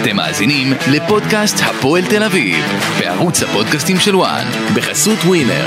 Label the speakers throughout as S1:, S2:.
S1: אתם מאזינים לפודקאסט הפועל תל אביב, בערוץ הפודקאסטים של וואן, בחסות ווינר.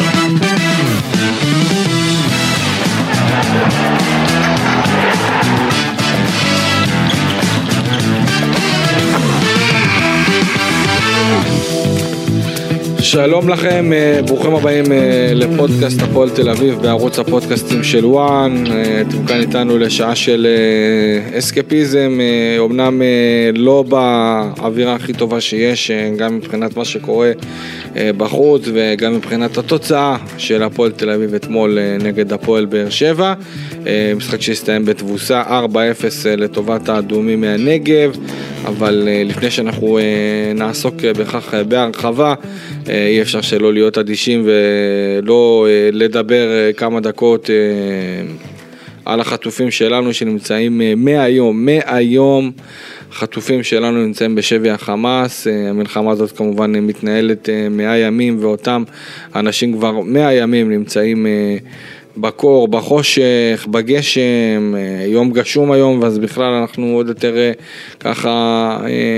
S2: שלום לכם, ברוכים הבאים לפודקאסט הפועל תל אביב בערוץ הפודקאסטים של וואן. אתם כאן איתנו לשעה של אסקפיזם, אמנם לא באווירה הכי טובה שיש, גם מבחינת מה שקורה בחוץ וגם מבחינת התוצאה של הפועל תל אביב אתמול נגד הפועל באר שבע, משחק שהסתיים בתבוסה 4-0 לטובת האדומים מהנגב. אבל לפני שאנחנו נעסוק בכך בהרחבה, אי אפשר שלא להיות אדישים ולא לדבר כמה דקות על החטופים שלנו שנמצאים מהיום חטופים שלנו נמצאים בשבי החמאס. המלחמה הזאת כמובן מתנהלת 100 ימים, ואותם אנשים כבר 100 ימים נמצאים בקור, בחושך, בגשם, יום גשום היום, ואז בכלל אנחנו עוד יותר ככה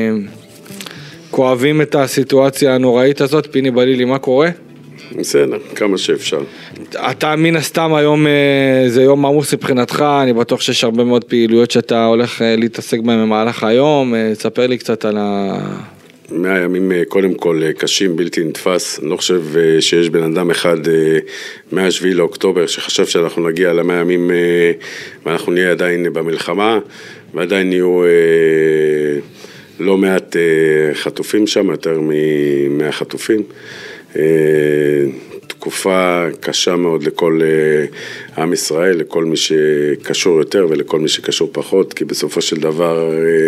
S2: כואבים את הסיטואציה הנוראית הזאת. פיני בלילי, מה קורה?
S3: בסדר, כמה שאפשר.
S2: אתה מן הסתם היום זה יום עמוס מבחינתך, אני בטוח שיש הרבה מאוד פעילויות שאתה הולך להתעסק בהן במהלך היום. תספר לי קצת על
S3: 100 ימים קודם כל קשים, בלתי נתפס. אני לא חושב שיש בן אדם אחד מה-7 לאוקטובר שחשב שאנחנו נגיע ל100 ימים ואנחנו נהיה עדיין במלחמה, ועדיין יהיו לא מעט חטופים שם, יותר מ100 חטופים. תקופה קשה מאוד לכל עם ישראל, לכל מי שקשור יותר ולכל מי שקשור פחות, כי בסופו של דבר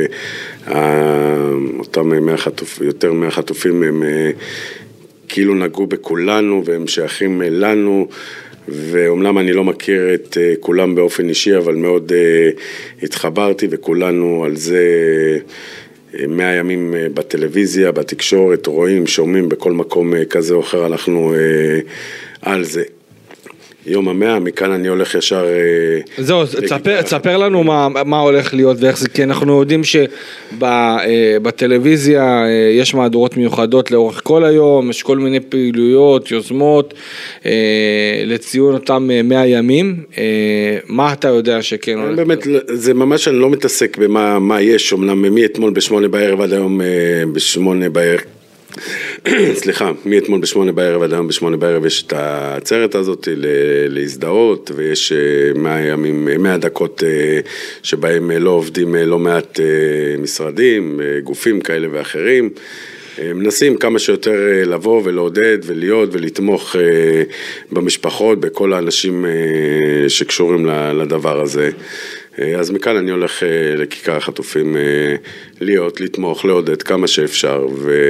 S3: אותם יותר 100 חטופים הם כאילו נגעו בכולנו והם שייכים לנו, ואומנם אני לא מכיר את כולם באופן אישי, אבל מאוד התחברתי, וכולנו על זה 100 ימים בטלוויזיה, בתקשורת, רואים, שומעים בכל מקום כזה או אחר, אנחנו על זה. יום ה100, מכאן אני הולך ישר...
S2: זהו, תספר לנו מה הולך להיות ואיך זה, כי אנחנו יודעים שבטלוויזיה יש מהדורות מיוחדות לאורך כל היום, יש כל מיני פעילויות, יוזמות, לציון אותם 100 ימים. מה אתה יודע שכן הולך?
S3: באמת, זה ממש אני לא מתעסק במה יש, אומנם מאתמול ב8 בערב עד היום ב8 בערב. סליחה, מאתמול ב8 בערב עד היום ב8 בערב יש את העצרת הזאת להזדהות, ויש 100 דקות שבהם לא עובדים לא מעט משרדים, גופים כאלה ואחרים. מנסים כמה שיותר לבוא ולעודד ולהיות ולתמוך במשפחות, בכל האנשים שקשורים לדבר הזה. אז מכאן אני הולך לכיכר החטופים להיות, לתמוך, לעודד כמה שאפשר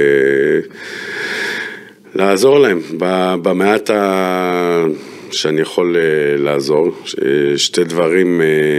S3: ולעזור להם במעט שאני יכול לעזור. שתי דברים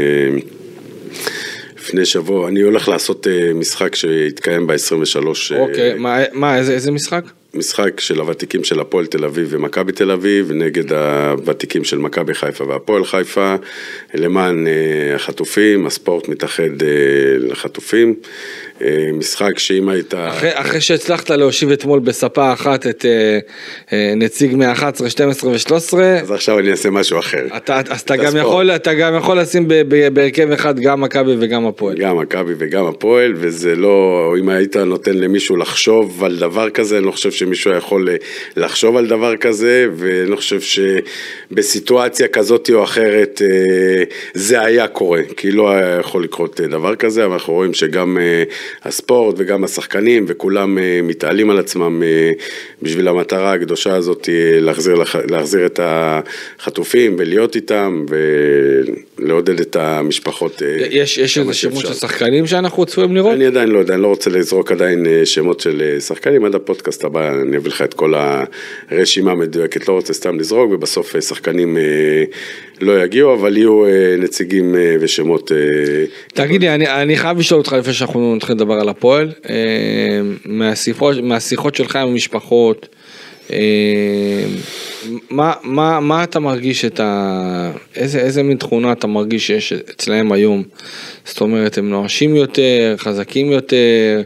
S3: לפני שבוע, אני הולך לעשות משחק שהתקיים ב-23.
S2: אוקיי, איזה משחק?
S3: משחק של הוותיקים של הפועל תל אביב ומכבי תל אביב, נגד הוותיקים של מכבי חיפה והפועל חיפה, למען החטופים, הספורט מתאחד לחטופים. משחק שאם היית...
S2: אחרי שהצלחת להושיב אתמול בספה אחת את נציג מ-11, 12 ו-13,
S3: אז עכשיו אני אעשה משהו אחר.
S2: אז אתה גם יכול לשים בהרכב אחד גם מכבי וגם הפועל.
S3: גם מכבי וגם הפועל, וזה לא, אם היית נותן למישהו לחשוב על דבר כזה, אני לא חושב שמישהו יכול לחשוב על דבר כזה, ואני לא חושב שבסיטואציה כזאת או אחרת זה היה קורה, כי לא היה יכול לקרות דבר כזה, אבל אנחנו רואים שגם הספורט וגם השחקנים וכולם מתעלים על עצמם בשביל המטרה הקדושה הזאת, להחזיר את החטופים ולהיות איתם ולעודד את המשפחות.
S2: יש איזה שמות של שחקנים שאנחנו צפויים לראות?
S3: אני עדיין לא יודע, אני לא רוצה לזרוק עדיין שמות של שחקנים. עד הפודקאסט הבא אני אביא לך את כל הרשימה המדויקת, לא רוצה סתם לזרוק, ובסוף שחקנים לא יגיעו, אבל יהיו נציגים ושמות.
S2: תגיד לי, אני חייב לשאול אותך לפני שאנחנו נתחיל לדבר על הפועל, מהשיחות שלך עם המשפחות, מה אתה מרגיש איזה מין תכונה אתה מרגיש שיש אצלהם היום? זאת אומרת, הם נואשים יותר, חזקים יותר?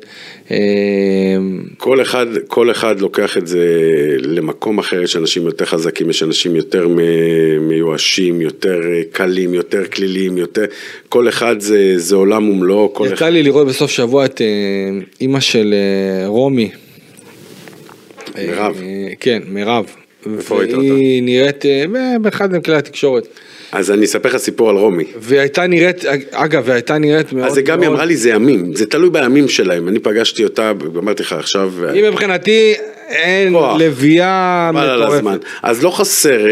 S3: כל אחד לוקח את זה למקום אחר, יש אנשים יותר חזקים, יש אנשים יותר מיואשים, יותר קלים, יותר כלילים, יותר, כל אחד זה עולם ומלואו.
S2: יצא לי לראות בסוף שבוע את אמא של רומי.
S3: מירב.
S2: כן, מירב.
S3: איפה ראית אותה?
S2: והיא נראית באחד מכלי התקשורת.
S3: אז אני אספר לך סיפור על רומי.
S2: והייתה נראית, אגב, והייתה נראית מאוד...
S3: אז זה גם היא אמרה לי, זה ימים, זה תלוי בימים שלהם. אני פגשתי אותה, אמרתי לך עכשיו...
S2: היא מבחינתי אין לביאה מטורפת.
S3: אז לא חסר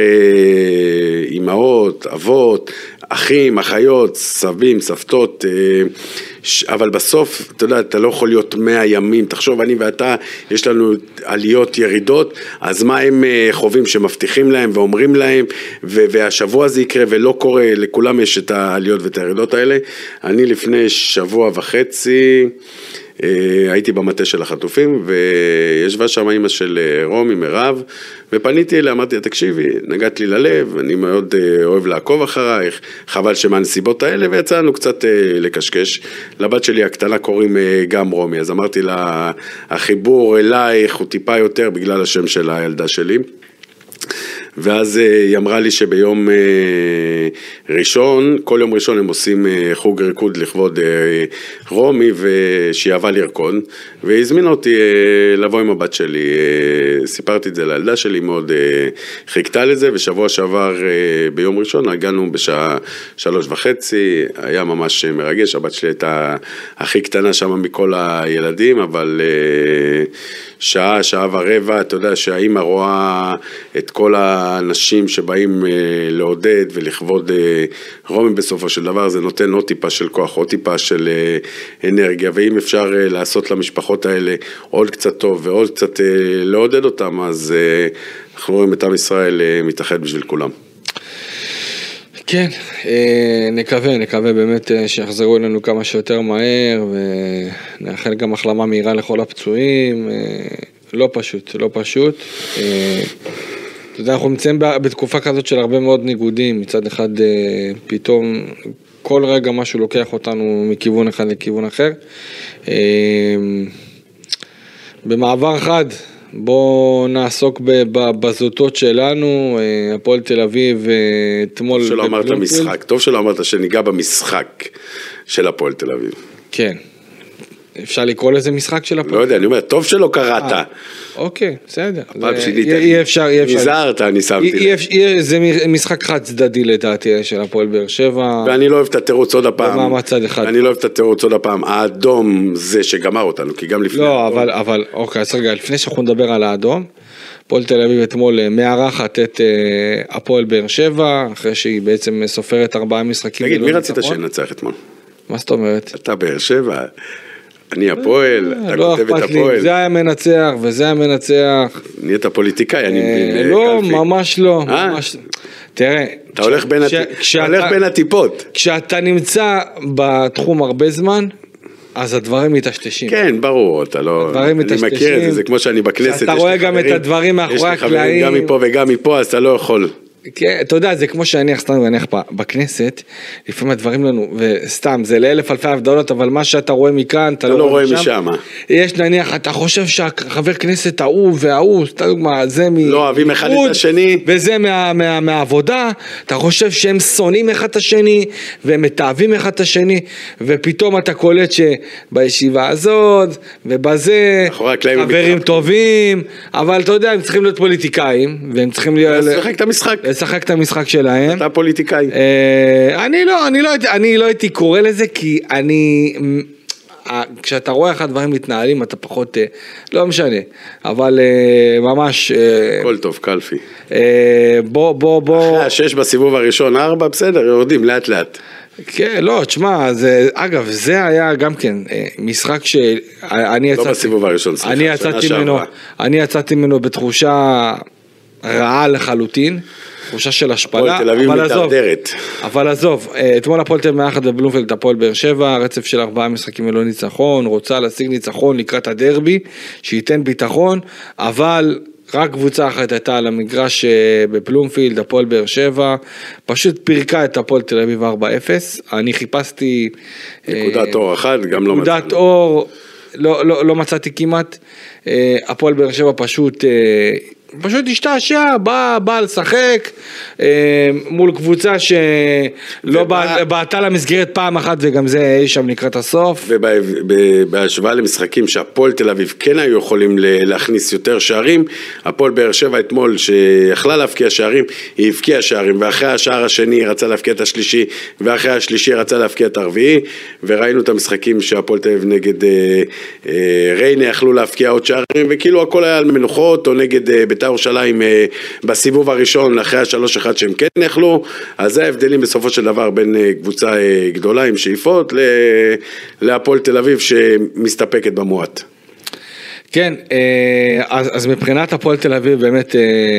S3: אמהות, אבות, אחים, אחיות, סבים, סבתות, אבל בסוף, אתה יודע, אתה לא יכול להיות 100 ימים, תחשוב, אני ואתה, יש לנו עליות, ירידות, אז מה הם חווים שמבטיחים להם ואומרים להם, והשבוע הזה יקרה ולא קורה, לכולם יש את העליות ואת הירידות האלה. אני לפני שבוע וחצי, הייתי במטה של החטופים, וישבה שם אמא של רומי, מירב, ופניתי אליה, אמרתי, תקשיבי, נגעת לי ללב, אני מאוד אוהב לעקוב אחרייך, חבל שמהנסיבות האלה, ויצאנו קצת לקשקש. לבת שלי הקטנה קוראים גם רומי, אז אמרתי לה, החיבור אלייך הוא טיפה יותר בגלל השם של הילדה שלי. ואז היא אמרה לי שביום ראשון, כל יום ראשון הם עושים חוג ריקוד לכבוד רומי, ושהיא אהבה לרקוד, והזמינה אותי לבוא עם הבת שלי. סיפרתי את זה לילדה שלי, מאוד חיכתה לזה, ושבוע שעבר ביום ראשון הגענו בשעה 3:30, היה ממש מרגש. הבת שלי הייתה הכי קטנה שם מכל הילדים, אבל שעה ורבע, אתה יודע שהאמא רואה את כל האנשים שבאים לעודד ולכבוד רומי, בסופו של דבר זה נותן עוד טיפה של כוח, עוד טיפה של אנרגיה, ואם אפשר לעשות למשפחות האלה עוד קצת טוב ועוד קצת לעודד אותם, אז אנחנו רואים את עם ישראל מתאחד בשביל כולם.
S2: כן, נקווה באמת שיחזרו אלינו כמה שיותר מהר, ונאחל גם החלמה מהירה לכל הפצועים. לא פשוט. אתה יודע, אנחנו נמצאים בתקופה כזאת של הרבה מאוד ניגודים. מצד אחד פתאום כל רגע משהו לוקח אותנו מכיוון אחד לכיוון אחר. במעבר חד, בואו נעסוק בזוטות שלנו. הפועל תל אביב אתמול...
S3: טוב שלא אמרת משחק, טוב שלא אמרת שניגע במשחק של הפועל תל אביב.
S2: כן. אפשר לקרוא לזה משחק של הפועל?
S3: לא יודע, אני אומר, טוב שלא קראת.
S2: אוקיי, בסדר.
S3: אי אפשר. נזהרת, אני שמתי לב.
S2: זה משחק חד צדדי לדעתי של הפועל באר שבע.
S3: ואני לא אוהב את התירוץ עוד הפעם.
S2: במעמד צד אחד.
S3: אני לא אוהב את התירוץ עוד הפעם. האדום זה שגמר אותנו, כי גם לפני...
S2: לא, אבל, אוקיי, אז רגע, לפני שאנחנו נדבר על האדום, הפועל תל אביב אתמול מארחת את הפועל באר שבע, אחרי שהיא בעצם סופרת 4 משחקים.
S3: תגיד, מי רצית שנצח אתמול?
S2: מה זאת אומרת?
S3: אתה באר שבע. אני הפועל, אתה
S2: לא
S3: כותב את הפועל.
S2: זה היה מנצח וזה היה מנצח.
S3: נהיית פוליטיקאי, אני מבין.
S2: לא, ממש לא. תראה,
S3: אתה הולך בין הטיפות.
S2: כשאתה נמצא בתחום הרבה זמן, אז הדברים מתשתשים.
S3: כן, ברור, אתה לא... אני מכיר את זה, זה כמו שאני בכנסת.
S2: אתה רואה גם את הדברים מאחורי הקלעים.
S3: יש לי חברים גם מפה וגם מפה, אז אתה לא יכול.
S2: כן, אתה יודע, זה כמו שאני סתם ואניח בכנסת, לפעמים הדברים לנו, וסתם, זה לאלף אלפי הבדלות, אבל מה שאתה רואה מכאן, אתה לא רואה משם. יש נניח, אתה חושב שהחבר כנסת ההוא וההוא, סתם דוגמה, זה
S3: לא אוהבים אחד את השני.
S2: וזה מהעבודה, אתה חושב שהם שונאים אחד את השני, והם מתאהבים אחד את השני, ופתאום אתה קולט שבישיבה הזאת, ובזה, חברים טובים, אבל אתה יודע, הם צריכים להיות פוליטיקאים, והם צריכים
S3: לשחק את המשחק.
S2: לשחק את המשחק שלהם.
S3: אתה פוליטיקאי.
S2: אני לא הייתי קורא לזה, כי כשאתה רואה איך הדברים מתנהלים, אתה פחות, לא משנה, אבל ממש...
S3: הכל טוב, קלפי.
S2: בוא...
S3: אחרי 6 בסיבוב הראשון, 4, בסדר, יורדים לאט לאט.
S2: כן, לא, תשמע, אגב, זה היה גם כן משחק שאני יצאתי...
S3: לא בסיבוב הראשון, סליחה, שנה שעברה.
S2: אני יצאתי ממנו בתחושה רעה לחלוטין, תחושה של השפלה, אבל עזוב, אתמול הפועל תל אביב מארחת בבלומפילד את הפועל באר שבע, רצף של 4 משחקים ללא ניצחון, רוצה להשיג ניצחון לקראת הדרבי, שייתן ביטחון, אבל רק קבוצה אחת הייתה על המגרש בפלומפילד, הפועל באר שבע, פשוט פירקה את הפועל תל אביב 4-0, אני חיפשתי...
S3: נקודת אור אחת, גם לא מצאתי.
S2: נקודת אור, לא מצאתי כמעט, הפועל באר שבע פשוט השתעשע, בא לשחק מול קבוצה שלא בעטה למסגרת פעם אחת וגם זה אי שם לקראת הסוף.
S3: ובהשוואה למשחקים שהפועל תל אביב כן היו יכולים להכניס יותר שערים, הפועל באר שבע אתמול שיכלה להפקיע שערים, היא הפקיעה שערים, ואחרי השער השני רצה להפקיע את השלישי, ואחרי השלישי רצה להפקיע את הרביעי, וראינו את המשחקים שהפועל תל אביב נגד ריינה יכלו להפקיע עוד שערים, וכאילו הכל היה על מנוחות, או נגד בית"ר ירושלים בסיבוב הראשון אחרי ה3-1 שהם כן יכלו, אז זה ההבדלים בסופו של דבר בין קבוצה גדולה עם שאיפות להפועל תל אביב שמסתפקת במועט.
S2: כן, אז מבחינת הפועל תל אביב באמת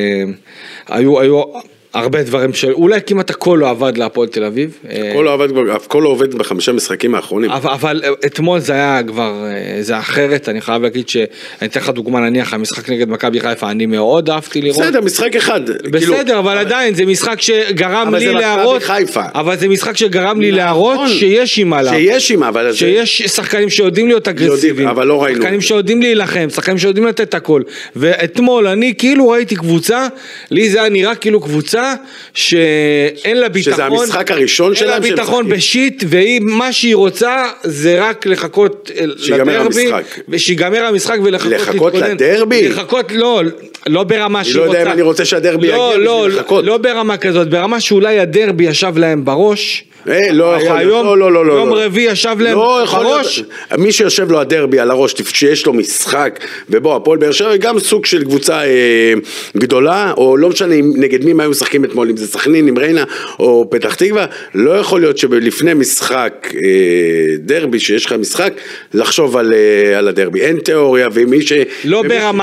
S2: היו הרבה דברים אולי כמעט הכל לא עבד להפועל תל אביב.
S3: הכל לא עובד ב5 משחקים האחרונים.
S2: אבל אתמול זה היה כבר, זה אחרת, אני חייב להגיד שאני אתן לך דוגמה, נניח המשחק נגד מכבי חיפה, אני מאוד אהבתי לראות.
S3: בסדר, משחק אחד.
S2: בסדר, אבל עדיין זה משחק שגרם לי להראות, אבל זה משחק שגרם לי להראות שיש עם עליו. שיש שחקנים שיודעים להיות אגרסיביים.
S3: אבל לא ראינו.
S2: שחקנים שיודעים להילחם, שחקנים שיודעים לתת הכל. ואתמול אני כאילו ראיתי קבוצה, לי זה היה נראה כאילו קבוצה שאין לה ביטחון,
S3: שזה המשחק הראשון שלהם,
S2: אין לה ביטחון בשיט, ומה שהיא רוצה זה רק לחכות לדרבי, ושיגמר המשחק
S3: לחכות לדרבי?
S2: לחכות, לא ברמה שהיא
S3: רוצה, אני לא יודע אם אני רוצה שהדרבי יגיע בשביל לחכות,
S2: לא ברמה כזאת, ברמה שאולי הדרבי ישב להם בראש,
S3: לא יכול להיות,
S2: יום רביעי ישב להם בראש,
S3: מי שיושב לו הדרבי על הראש, שיש לו משחק, ובו הפועל באר שבע גם סוג של קבוצה גדולה, או לא משנה נגד מי היו משחקים אתמול, אם זה סכנין, עם ריינה, או פתח תקווה, לא יכול להיות שלפני משחק דרבי, שיש לך משחק, לחשוב על הדרבי, אין תיאוריה, ומי ש...
S2: לא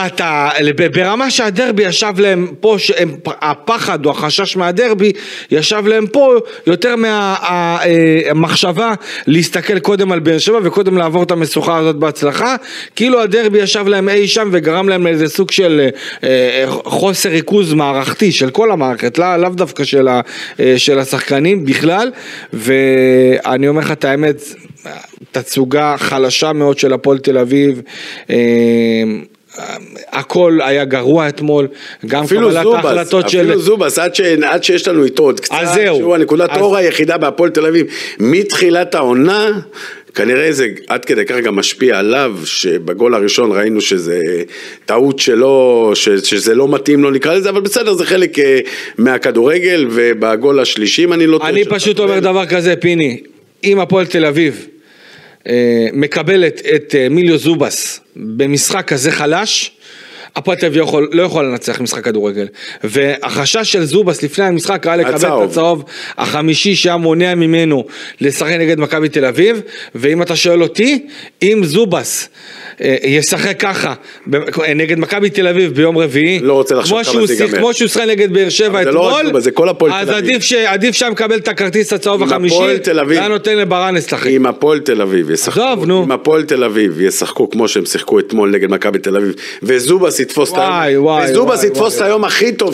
S2: ברמה שהדרבי ישב להם פה, הפחד או החשש מהדרבי, ישב להם פה יותר המחשבה להסתכל קודם על באר שבע וקודם לעבור את המשוכה הזאת בהצלחה, כאילו הדרבי ישב להם אי שם וגרם להם לאיזה סוג של חוסר ריכוז מערכתי של כל המערכת, לאו דווקא של השחקנים בכלל, ואני אומר לך את האמת, תצוגה חלשה מאוד של הפועל תל אביב, הכל היה גרוע אתמול, גם קבלת ההחלטות של...
S3: אפילו זובס, עד שיש לנו איתו עוד קצת, שהוא הנקודת אור היחידה בהפועל תל אביב, מתחילת העונה, כנראה זה עד כדי כך גם משפיע עליו, שבגול הראשון ראינו שזה טעות שלו, שזה לא מתאים לו נקרא לזה, אבל בסדר, זה חלק מהכדורגל, ובגול השלישי, אני לא...
S2: אני פשוט אומר דבר כזה, פיני, אם הפועל תל אביב מקבלת את מיליו זובס במשחק כזה חלש, הפועל תל אביב לא יכול לנצח משחק כדורגל, והחשש של זובס לפני המשחק היה לקבל את הצהוב החמישי שהיה מונע ממנו לשחק נגד מכבי תל אביב, ואם אתה שואל אותי, אם זובס ישחק ככה נגד מכבי תל אביב ביום רביעי,
S3: לא רוצה לחשוב כמה זה ייגמר,
S2: כמו שהוא שחק נגד באר שבע אתמול, אז עדיף שם מקבל את הכרטיס הצהוב החמישי, היה נותן לברנס לשחק.
S3: אם הפועל תל אביב ישחקו כמו שהם שיחקו אתמול נגד מכבי תל אביב, וזובס יתפוס את היום הכי טוב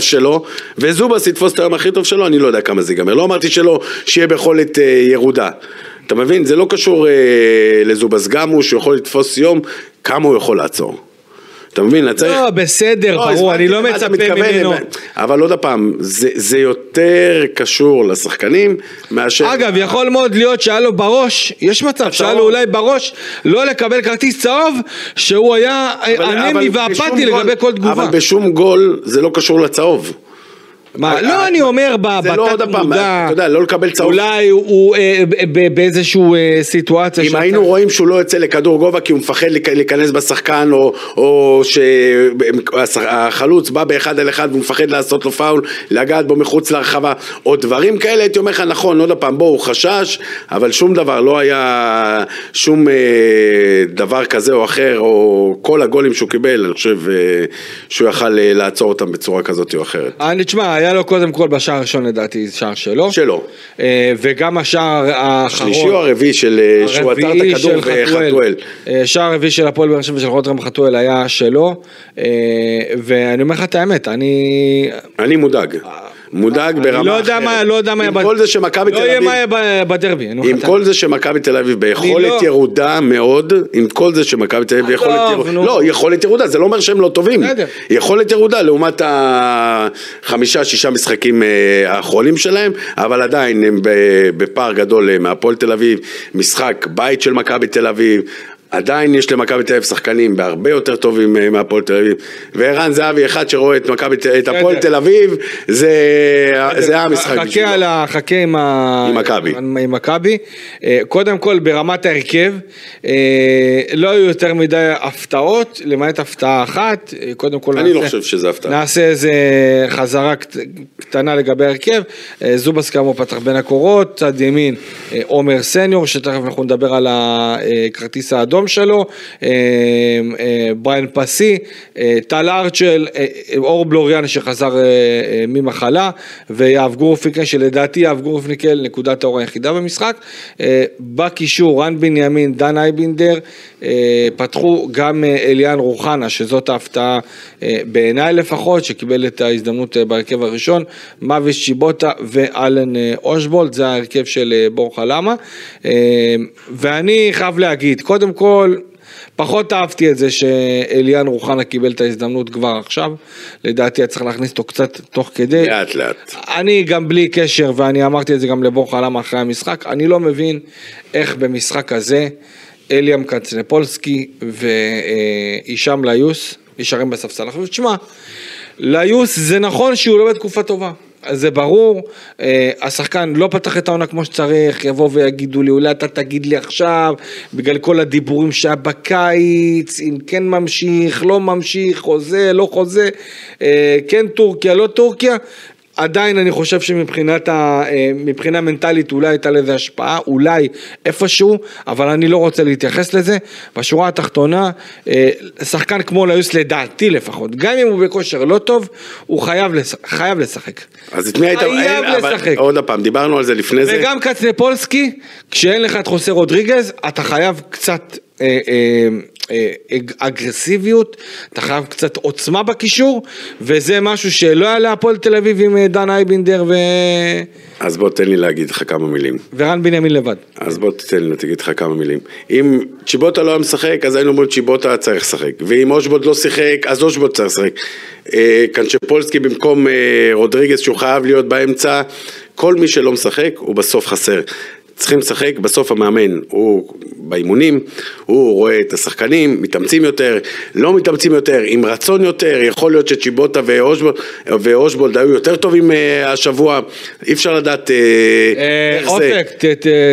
S3: שלו, אני לא יודע כמה זה ייגמר, לא אמרתי שלא שיהיה ביכולת ירודה, אתה מבין? זה לא קשור לזובס, גם הוא שיכול לתפוס יום, כמה הוא יכול לעצור, אתה מבין?
S2: לא, בסדר, ברור, אני לא מצפה ממנו.
S3: אבל עוד הפעם, זה יותר קשור לשחקנים מאשר...
S2: אגב, יכול מאוד להיות שהיה לו בראש, יש מצב שהיה לו אולי בראש, לא לקבל כרטיס צהוב, שהוא היה אנמי ואפתי לגבי כל תגובה.
S3: אבל בשום גול זה לא קשור לצהוב.
S2: לא, אני אומר בתת מודע,
S3: אתה יודע, לא לקבל צהוב.
S2: אולי הוא באיזשהו סיטואציה,
S3: אם היינו רואים שהוא לא יוצא לכדור גובה כי הוא מפחד להיכנס בשחקן, או שהחלוץ בא באחד על אחד והוא מפחד לעשות לו פאול, לגעת בו מחוץ לרחבה, או דברים כאלה, הייתי אומר לך נכון, עוד הפעם, בוא, הוא חשש, אבל שום דבר, לא היה שום דבר כזה או אחר, או כל הגולים שהוא קיבל, אני חושב שהוא יכל לעצור אותם בצורה כזאת או אחרת.
S2: תשמע, היה לו קודם כל בשער הראשון לדעתי, שער שלו. וגם השער האחרון.
S3: השלישי או הרביעי של שהוא עטר את הכדור וחתואל.
S2: שער הרביעי של הפועל באר שבע ושל רותם חתואל היה שלו. ואני אומר לך את האמת, אני מודאג ברמה אחרת.
S3: לא יודע מה עם כל זה שמכבי תל אביב,
S2: לא יהיה מה יהיה בדרבי.
S3: עם כל זה שמכבי תל אביב ביכולת ירודה מאוד, עם כל זה שמכבי תל אביב ביכולת ירודה, לא, יכולת ירודה, זה לא אומר שהם לא טובים, יכולת ירודה לעומת 5-6 משחקים האחרונים שלהם, אבל עדיין הם בפער גדול מהפועל תל אביב, משחק בית של מכבי תל אביב, עדיין יש למכבי תל אביב שחקנים בהרבה יותר טובים מהפועל תל אביב, וערן זהבי אחד שרואה את הפועל תל אביב, זה המשחק בשבילו.
S2: חכה עם מכבי. קודם כל ברמת ההרכב, לא היו יותר מדי הפתעות, למעט הפתעה אחת, קודם כל
S3: אני לא חושב שזה הפתעה.
S2: נעשה איזה חזרה קטנה לגבי ההרכב, זובס כאמור פתח בין הקורות, צד ימין עומר סניור, שתכף אנחנו נדבר על הכרטיס האדום שלו, בריין פסי, טל ארצ'ל, אור בלוריאן שחזר ממחלה, ויאב גורפינקל שלדעתי יאב גורפינקל נקודת האור היחידה במשחק. בקישור רן בנימין, דן אייבינדר, פתחו גם אליאן רוחנה שזאת ההפתעה בעיניי לפחות, שקיבל את ההזדמנות בהרכב הראשון, מביש צ'יבוטה ואלן אושבולד, זה ההרכב של בור חלמה. ואני חייב להגיד, קודם כל פחות אהבתי את זה שאליאן רוחנה קיבל את ההזדמנות כבר עכשיו, לדעתי צריך להכניס אותו קצת תוך כדי.
S3: לאט.
S2: אני גם בלי קשר, ואני אמרתי את זה גם לבור חלמה אחרי המשחק, אני לא מבין איך במשחק הזה אליאם קצנפולסקי ואישם ליוס נשארים בספסל. עכשיו תשמע, ליוס זה נכון שהוא לא בתקופה טובה, אז זה ברור, השחקן לא פתח את העונה כמו שצריך, יבוא ויגידו לי, אולי אתה תגיד לי עכשיו, בגלל כל הדיבורים שהיה בקיץ, אם כן ממשיך, לא ממשיך, חוזה, לא חוזה, כן טורקיה, לא טורקיה, עדיין אני חושב שמבחינה מנטלית אולי הייתה לזה השפעה, אולי איפשהו, אבל אני לא רוצה להתייחס לזה. בשורה התחתונה, שחקן כמו ליוס לדעתי לפחות, גם אם הוא בכושר לא טוב, הוא חייב לשחק.
S3: אז את מי היית? עוד הפעם, דיברנו על זה לפני זה.
S2: וגם קצנפולסקי, כשאין לך את חוסה רודריגז, אתה חייב קצת אגרסיביות, אתה חייב קצת עוצמה בקישור, וזה משהו שלא היה להפועל תל אביב עם דן אייבינדר
S3: אז בוא תן לי להגיד לך כמה מילים.
S2: ורן בנימין לבד.
S3: אז בוא תן לי להגיד לך כמה מילים. אם צ'יבוטה לא היה משחק, אז היינו אומרים צ'יבוטה צריך לשחק, ואם אושבולד לא שיחק, אז אושבולד צריך לשחק. קנצ'פולסקי במקום רודריגז שהוא חייב להיות באמצע, כל מי שלא משחק הוא בסוף חסר. צריכים לשחק, בסוף המאמן הוא באימונים, הוא רואה את השחקנים, מתאמצים יותר, לא מתאמצים יותר, עם רצון יותר, יכול להיות שצ'יבוטה ואושבולד היו יותר טובים השבוע, אי אפשר לדעת איך זה.
S2: אופק,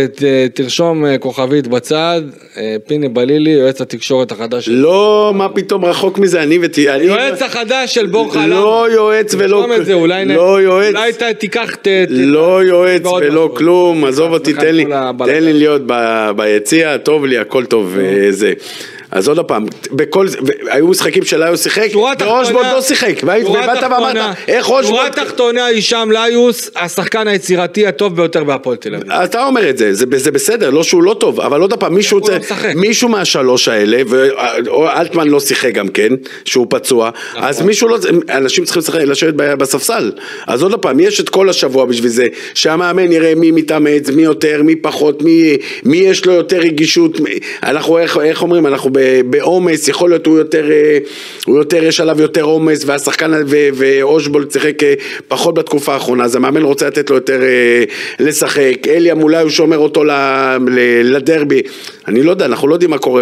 S2: תרשום כוכבית בצד, פיני בלילי, יועץ התקשורת החדש.
S3: לא, מה פתאום רחוק מזה,
S2: יועץ החדש של בור חלם.
S3: לא יועץ ולא כלום.
S2: אולי תיקח
S3: לא יועץ ולא כלום, עזוב אותי, תן לי להיות ביציע, טוב לי, הכל טוב וזה. אז עוד הפעם, היו משחקים של ליוס שיחק, ואושבולד לא שיחק, ובאת ואמרת, איך אושבולד...
S2: שורה תחתונה, הישם ליוס, השחקן היצירתי הטוב ביותר בהפועל תל אביב.
S3: אתה אומר את זה, זה בסדר, לא שהוא לא טוב, אבל עוד הפעם, מישהו מהשלוש האלה, ואלטמן לא שיחק גם כן, שהוא פצוע, אז מישהו לא... אנשים צריכים לשבת בספסל, אז עוד הפעם, יש את כל השבוע בשביל זה, שהמאמן יראה מי מתאמץ, מי יותר, מי פחות, מי יש לו יותר רגישות, אנחנו, איך אומרים, אנחנו בעומס, יכול להיות הוא יותר, יש עליו יותר עומס, והשחקן ואושבולד שיחק פחות בתקופה האחרונה, אז המאמן רוצה לתת לו יותר לשחק, אליאם אולי הוא שומר אותו לדרבי, אני לא יודע, אנחנו לא יודעים מה קורה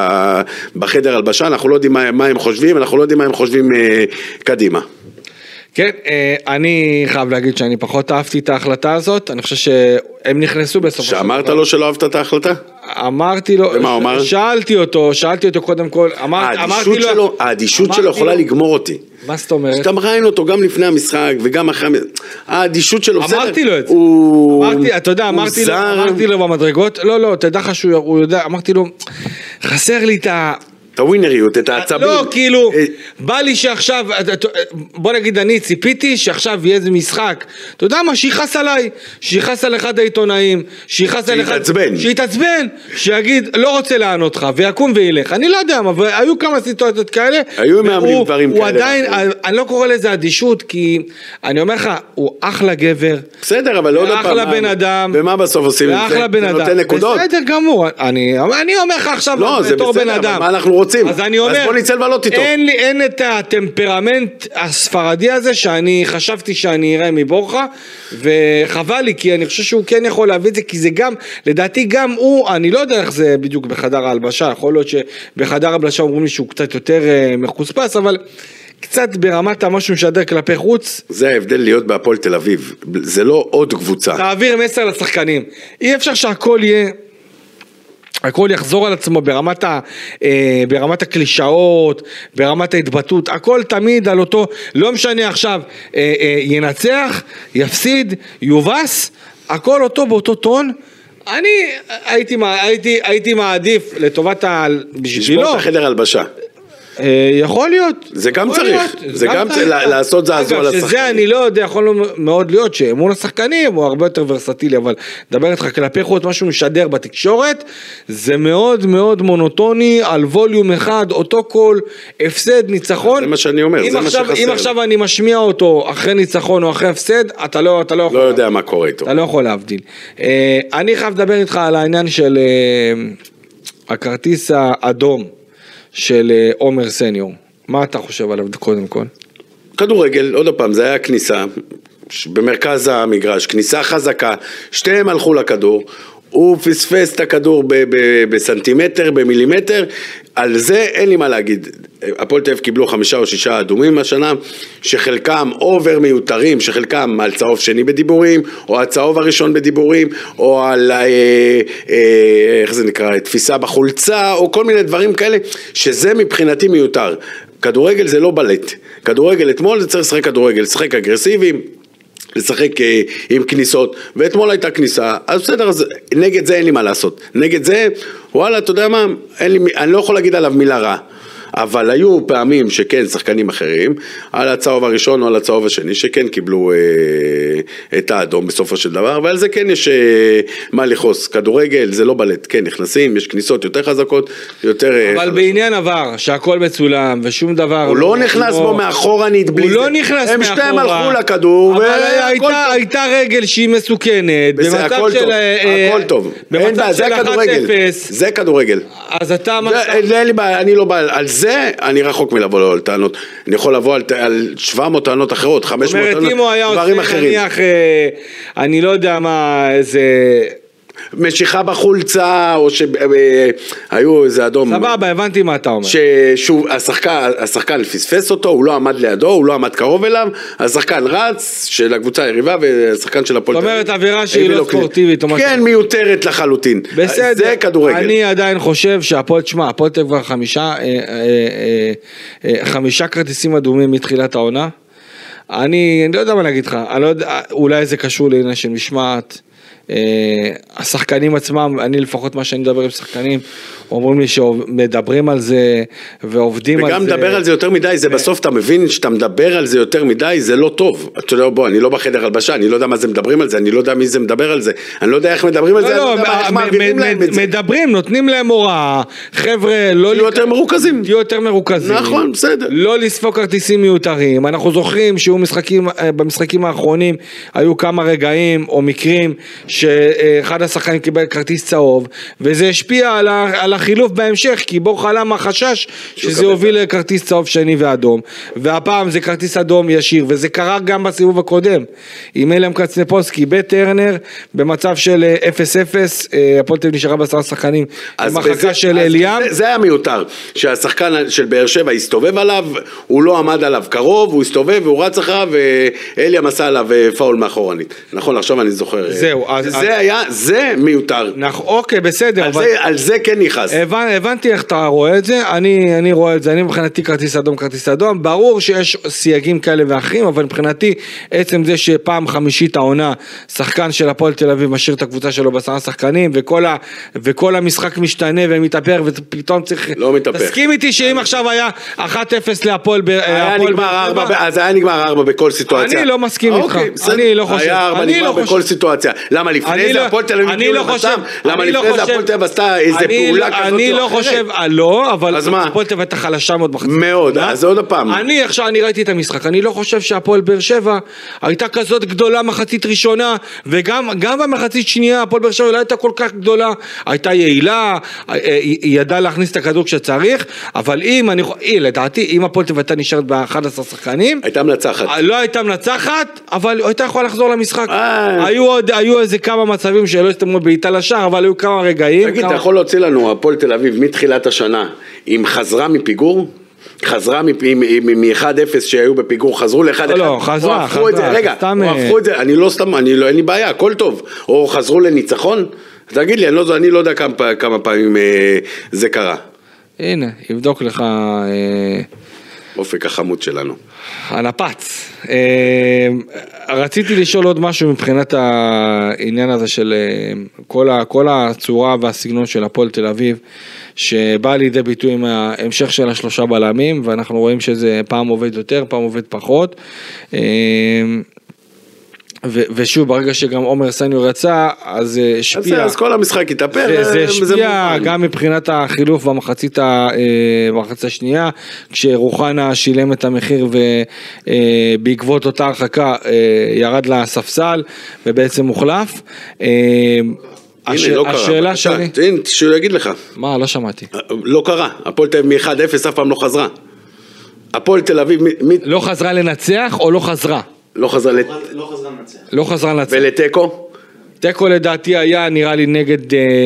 S3: בחדר הלבשה, אנחנו לא יודעים מה הם חושבים, אנחנו לא יודעים מה הם חושבים קדימה.
S2: כן, אני חייב להגיד שאני פחות אהבתי את ההחלטה הזאת, אני חושב שהם נכנסו בסופו של דבר.
S3: שאמרת לו שלא אהבת את ההחלטה?
S2: אמרתי לו,
S3: ומה הוא אמר?
S2: שאלתי אותו קודם כל, אמרתי לו...
S3: האדישות שלו יכולה לגמור אותי.
S2: מה זאת אומרת?
S3: שאתה מראיין אותו גם לפני המשחק וגם אחרי... האדישות שלו...
S2: אמרתי לו את זה. אתה יודע, אמרתי לו במדרגות, לא, תדע לך שהוא יודע, אמרתי לו, חסר לי את ה...
S3: את הווינריות, את העצבים.
S2: לא, כאילו, בא לי שעכשיו, בוא נגיד, אני ציפיתי שעכשיו יהיה איזה משחק, אתה יודע מה, שיחס עליי, שיחס על אחד העיתונאים, שיחס על אחד, שיתעצבן, שיגיד, לא רוצה לענות לך, ויקום וילך, אני לא יודע, אבל היו כמה סיטואציות כאלה,
S3: היו מאמנים דברים כאלה.
S2: הוא עדיין, אני לא קורא לזה אדישות, כי אני אומר לך, הוא אחלה גבר,
S3: בסדר, אבל לא עוד פעם,
S2: אחלה בן אדם,
S3: ומה בסוף עושים?
S2: אחלה בן אדם,
S3: נותן נקודות.
S2: בסדר גמור, אני אומר לך עכשיו,
S3: לא, זה בסדר, אבל מה אנחנו רוצים?
S2: אז אני אומר,
S3: אז בוא נצא לבלות איתו.
S2: אין את הטמפרמנט הספרדי הזה שאני חשבתי שאני אראה מבורחה, וחבל לי, כי אני חושב שהוא כן יכול להביא את זה, כי זה גם, לדעתי גם הוא, אני לא יודע איך זה בדיוק בחדר ההלבשה, יכול להיות שבחדר ההלבשה אומרים לי שהוא קצת יותר מחוספס, אבל קצת ברמת משהו משדר כלפי חוץ.
S3: זה ההבדל להיות בהפועל תל אביב, זה לא עוד קבוצה.
S2: תעביר מסר לשחקנים, אי אפשר שהכל יהיה, הכל יחזור על עצמו ברמת הקלישאות, ברמת ההתבטאות, הכל תמיד על אותו, לא משנה עכשיו, ינצח, יפסיד, יובס, הכל אותו באותו טון. אני הייתי מעדיף לטובת בשבילו.
S3: לשמור את החדר הלבשה.
S2: יכול להיות.
S3: זה גם צריך, זה גם לעשות זעזוע לשחקנים.
S2: שזה אני לא יודע, יכול מאוד להיות שאמון השחקנים הוא הרבה יותר ורסטילי, אבל דבר איתך כלפי חוץ, משהו משדר בתקשורת, זה מאוד מאוד מונוטוני, על ווליום אחד, אותו קול, הפסד, ניצחון.
S3: זה מה שאני אומר, זה מה שחסר.
S2: אם עכשיו אני משמיע אותו אחרי ניצחון או אחרי הפסד, אתה לא יכול.
S3: לא יודע מה קורה איתו.
S2: אתה לא יכול להבדיל. אני חייב לדבר איתך על העניין של הכרטיס האדום. של עומר סניור, מה אתה חושב עליו קודם כל?
S3: כדורגל, עוד פעם, זה היה כניסה במרכז המגרש, כניסה חזקה, שתיהם הלכו לכדור, הוא פספס את הכדור בסנטימטר, במילימטר, על זה אין לי מה להגיד. הפועל תל אביב קיבלו 5 או 6 אדומים השנה, שחלקם אובר מיותרים, שחלקם על צהוב שני בדיבורים, או הצהוב הראשון בדיבורים, או על, איך זה נקרא, תפיסה בחולצה, או כל מיני דברים כאלה, שזה מבחינתי מיותר. כדורגל זה לא בלט. כדורגל אתמול זה צריך לשחק כדורגל, לשחק אגרסיביים, לשחק עם כניסות, ואתמול הייתה כניסה, אז בסדר, אז נגד זה אין לי מה לעשות. נגד זה, וואלה, אתה יודע מה, אני לא יכול להגיד עליו מילה רע. אבל היו פעמים שכן שחקנים אחרים, על הצהוב הראשון או על הצהוב השני, שכן קיבלו את האדום בסופו של דבר, ועל זה כן יש מה לחוס. כדורגל זה לא בלט, כן נכנסים, יש כניסות יותר חזקות, יותר...
S2: אבל בעניין עבר, שהכל מצולם ושום דבר...
S3: הוא לא נכנס בו מאחורנית בלי זה.
S2: הוא לא נכנס מאחורה.
S3: הם שתיים הלכו לכדור,
S2: אבל הייתה רגל שהיא מסוכנת, במצב של...
S3: הכל טוב. זה כדורגל. זה כדורגל.
S2: אז אתה...
S3: אני לא בא על זה, אני רחוק מלבוא לו על טענות. אני יכול לבוא על 700 טענות אחרות, 500 טענות, דברים אחרים.
S2: אני לא יודע מה, איזה...
S3: משיכה בחולצה, או שהיו איזה אדום.
S2: סבבה, הבנתי מה אתה אומר.
S3: ששוב, השחקן פספס אותו, הוא לא עמד לידו, הוא לא עמד קרוב אליו, השחקן רץ של הקבוצה היריבה, והשחקן של הפועל.
S2: זאת אומרת, אווירה שהיא לא ספורטיבית.
S3: כן, מיותרת לחלוטין.
S2: בסדר.
S3: זה כדורגל.
S2: אני עדיין חושב שהפועל, תשמע, הפועל כבר 5 כרטיסים אדומים מתחילת העונה. אני לא יודע מה להגיד לך, אולי זה קשור לעניין של משמעת. השחקנים עצמם, אני לפחות מה שאני מדבר עם שחקנים, אומרים לי שמדברים על זה ועובדים על זה.
S3: וגם מדבר על זה יותר מדי, זה בסוף אתה מבין שאתה מדבר על זה יותר מדי, זה לא טוב. אתה יודע, בוא, אני לא בחדר הלבשה, אני לא יודע מה זה מדברים על זה, אני לא יודע מי זה מדבר על זה, אני לא יודע איך מדברים על זה, אני לא יודע איך מעבירים להם את זה.
S2: מדברים, נותנים להם הוראה, חבר'ה, לא...
S3: תהיו יותר מרוכזים.
S2: תהיו יותר מרוכזים.
S3: נכון, בסדר.
S2: לא לספוק כרטיסים מיותרים. אנחנו זוכרים שהיו במשחקים האחרונים, היו כמה רגעים או מקרים שאחד השחקנים קיבל כרטיס צהוב, וזה השפיע על החילוף בהמשך, כי בור חלם החשש שזה יוביל לכרטיס צהוב שני ואדום, והפעם זה כרטיס אדום ישיר, וזה קרה גם בסיבוב הקודם, עם אלם קצנפולסקי בטרנר, במצב של 0-0, הפועל תל אביב נשארה ב10 שחקנים, במחלקה של אליאם.
S3: זה היה מיותר, שהשחקן של באר שבע הסתובב עליו, הוא לא עמד עליו קרוב, הוא הסתובב והוא רץ אחריו, ואליאם עשה עליו פאול מאחורנית. נכון, עכשיו אני זוכר.
S2: זהו, אז
S3: זה מיותר.
S2: אוקיי, בסדר.
S3: על זה כן נכנס.
S2: הבנתי איך אתה רואה את זה, אני רואה את זה, אני מבחינתי כרטיס אדום, ברור שיש סייגים כאלה ואחרים, אבל מבחינתי עצם זה שפעם חמישית העונה, שחקן של הפועל תל אביב משאיר את הקבוצה שלו ב10 שחקנים, וכל המשחק משתנה ומתאפר, ופתאום צריך...
S3: לא מתאפר.
S2: תסכים איתי שאם עכשיו היה 1-0 להפועל...
S3: אז היה נגמר 4 בכל סיטואציה.
S2: אני לא מסכים איתך, אני לא חושב.
S3: היה 4 נגמר בכל סיטואציה. למה לפני זה הפועל תל אביב הגיעו למצב? למה לפני זה הפועל תל אביב עשתה איזה פעולה כזאת?
S2: אני לא חושב, לא, אבל
S3: אז מה?
S2: הפועל תל אביב הייתה חלשה מאוד בחצי.
S3: מאוד, אז עוד הפעם.
S2: אני ראיתי את המשחק, אני לא חושב שהפועל באר שבע הייתה כזאת גדולה מחצית ראשונה, וגם במחצית שנייה הפועל באר שבע לא הייתה כל כך גדולה, הייתה יעילה, היא ידעה להכניס את הכדור כשצריך, אבל לדעתי, אם הפועל תל אביב הייתה נשארת ב11 שחקנים,
S3: הייתה מנצחת.
S2: לא הייתה מנצחת, אבל הייתה יכולה לחזור למשחק. היו איזה כמה מצבים שלא הסתמרו בעיטה לשער, אבל היו כמה רגעים.
S3: תגיד, אתה יכול להוציא לנו הפועל תל אביב מתחילת השנה, אם חזרה מפיגור? חזרה מ-1-0 שהיו בפיגור, חזרו ל-1-1.
S2: לא, חזרה.
S3: רגע, או הפכו את זה, אני לא סתם, אין לי בעיה, הכל טוב. או חזרו לניצחון? תגיד לי, אני לא יודע כמה פעמים זה קרה.
S2: הנה, יבדוק לך...
S3: אופק החמוד שלנו.
S2: הנפץ. רציתי לשאול עוד משהו מבחינת העניין הזה של כל הצורה והסגנון של הפועל תל אביב, שבא לידי ביטוי עם ההמשך של 3 בלמים, ואנחנו רואים שזה פעם עובד יותר, פעם עובד פחות. ושוב, ברגע שגם עומר סניור יצא, אז השפיע.
S3: אז כל המשחק התאפר.
S2: זה השפיע גם מבחינת החילוף במחצית השנייה, כשרוחנה שילם את המחיר ובעקבות אותה הרחקה ירד לספסל ובעצם מוחלף. השאלה שלי...
S3: הנה, שהוא יגיד לך.
S2: מה, לא שמעתי.
S3: לא קרה. הפועל תל אביב מ-1-0 אף פעם לא חזרה. הפועל תל אביב...
S2: לא חזרה לנצח או לא חזרה?
S3: לא חזרה
S2: לנצח. לא חזרה לנצח.
S3: ולטקו?
S2: טקו לדעתי היה נראה לי נגד...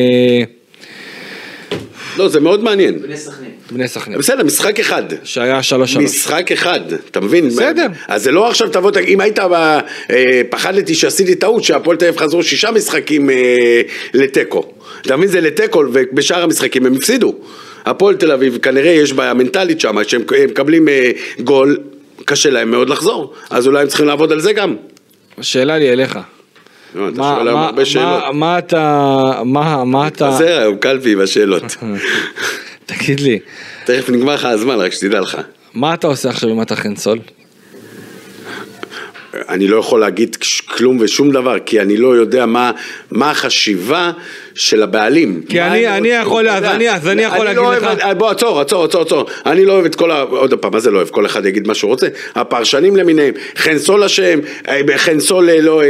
S3: לא, זה מאוד מעניין.
S2: בני סכנין.
S3: בסדר, משחק אחד.
S2: שהיה 3-3.
S3: משחק אחד, אתה מבין?
S2: בסדר.
S3: אז זה לא עכשיו תבוא, אם היית פחדתי שעשיתי טעות, שהפועל תל אביב חזרו 6 משחקים לטקו. אתה מבין, זה לטקו, ובשאר המשחקים הם הפסידו. הפועל תל אביב, כנראה יש בעיה מנטלית שם, שהם מקבלים גול, קשה להם מאוד לחזור, אז אולי הם צריכים לעבוד על זה גם.
S2: השאלה לי אליך.
S3: לא, אתה שואל להם הרבה שאלות.
S2: מה אתה...
S3: זה הוא קלפי בשאלות.
S2: תגיד לי.
S3: תכף נגמר לך הזמן, רק שתדע לך.
S2: מה אתה עושה עכשיו עם אתה חנסול?
S3: אני לא יכול להגיד כלום ושום דבר, כי אני לא יודע מה החשיבה של הבעלים.
S2: כי אני יכול, אז אני יכול להגיד לך...
S3: בוא, עצור. אני לא אוהב את כל עוד פעם, מה זה לא אוהב? כל אחד יגיד מה שהוא רוצה. הפרשנים למיניהם, חנסול השם, חנסול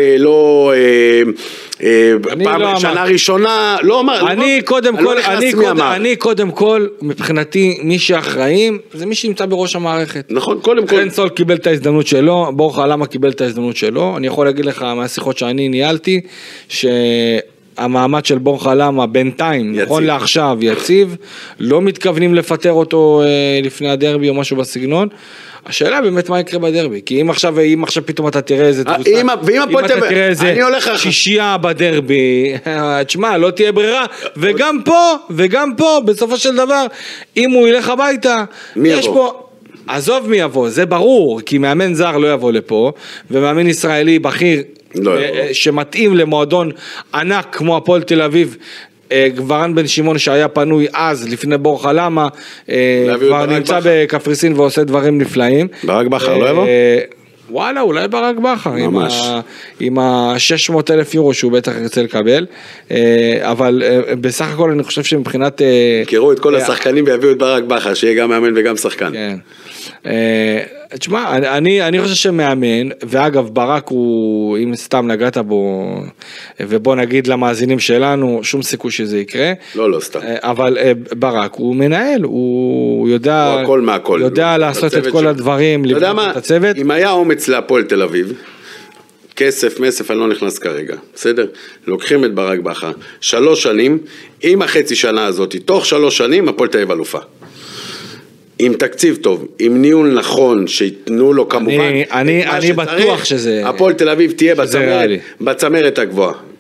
S3: פעם שנה ראשונה, לא אומר...
S2: אני קודם כל, מבחינתי, מי שאחראים, זה מי שנמצא בראש המערכת.
S3: נכון, קודם כל.
S2: חנסול קיבל את ההזדמנות שלו, בורחה למה קיבל את ההזדמנות שלו. אני יכול להגיד לך מהשיחות שאני ניהלתי, המעמד של בורחה למה בינתיים, נכון לעכשיו יציב, לא מתכוונים לפטר אותו לפני הדרבי או משהו בסגנון. השאלה באמת מה יקרה בדרבי, כי אם עכשיו פתאום אתה תראה איזה תבוסה, אם אתה תראה איזה שישייה בדרבי, תשמע, לא תהיה ברירה, וגם פה, בסופו של דבר, אם הוא ילך הביתה, יש פה... עזוב מי יבוא, זה ברור, כי מאמן זר לא יבוא לפה, ומאמן ישראלי בכיר, שמתאים למועדון ענק כמו הפועל תל אביב, גברן בן שמעון שהיה פנוי אז לפני בורחה למה, כבר נמצא בקפריסין ועושה דברים נפלאים.
S3: ברק בכר לא יבוא?
S2: וואלה, אולי ברק בכר, עם ה-600,000 יורו שהוא בטח ירצה לקבל, אבל בסך הכל אני חושב שמבחינת...
S3: קראו את כל השחקנים ויביאו את ברק בכר, שיהיה גם מאמן וגם שחקן.
S2: כן. תשמע, אני חושב שמאמן, ואגב ברק הוא, אם סתם נגעת בו, ובוא נגיד למאזינים שלנו, שום סיכוי שזה יקרה.
S3: לא סתם.
S2: אבל ברק הוא מנהל, הוא יודע לעשות את כל הדברים,
S3: לבנות את הצוות. אם היה אומץ להפועל תל אביב, כסף, מסף, אני לא נכנס כרגע, בסדר? לוקחים את ברק בכר, 3 שנים, עם החצי שנה הזאת, תוך 3 שנים, הפועל תל אביב אלופה. עם תקציב טוב, עם ניהול נכון, שיתנו לו כמובן.
S2: אני בטוח שזה...
S3: הפועל תל אביב תהיה בצמרת הגבוהה.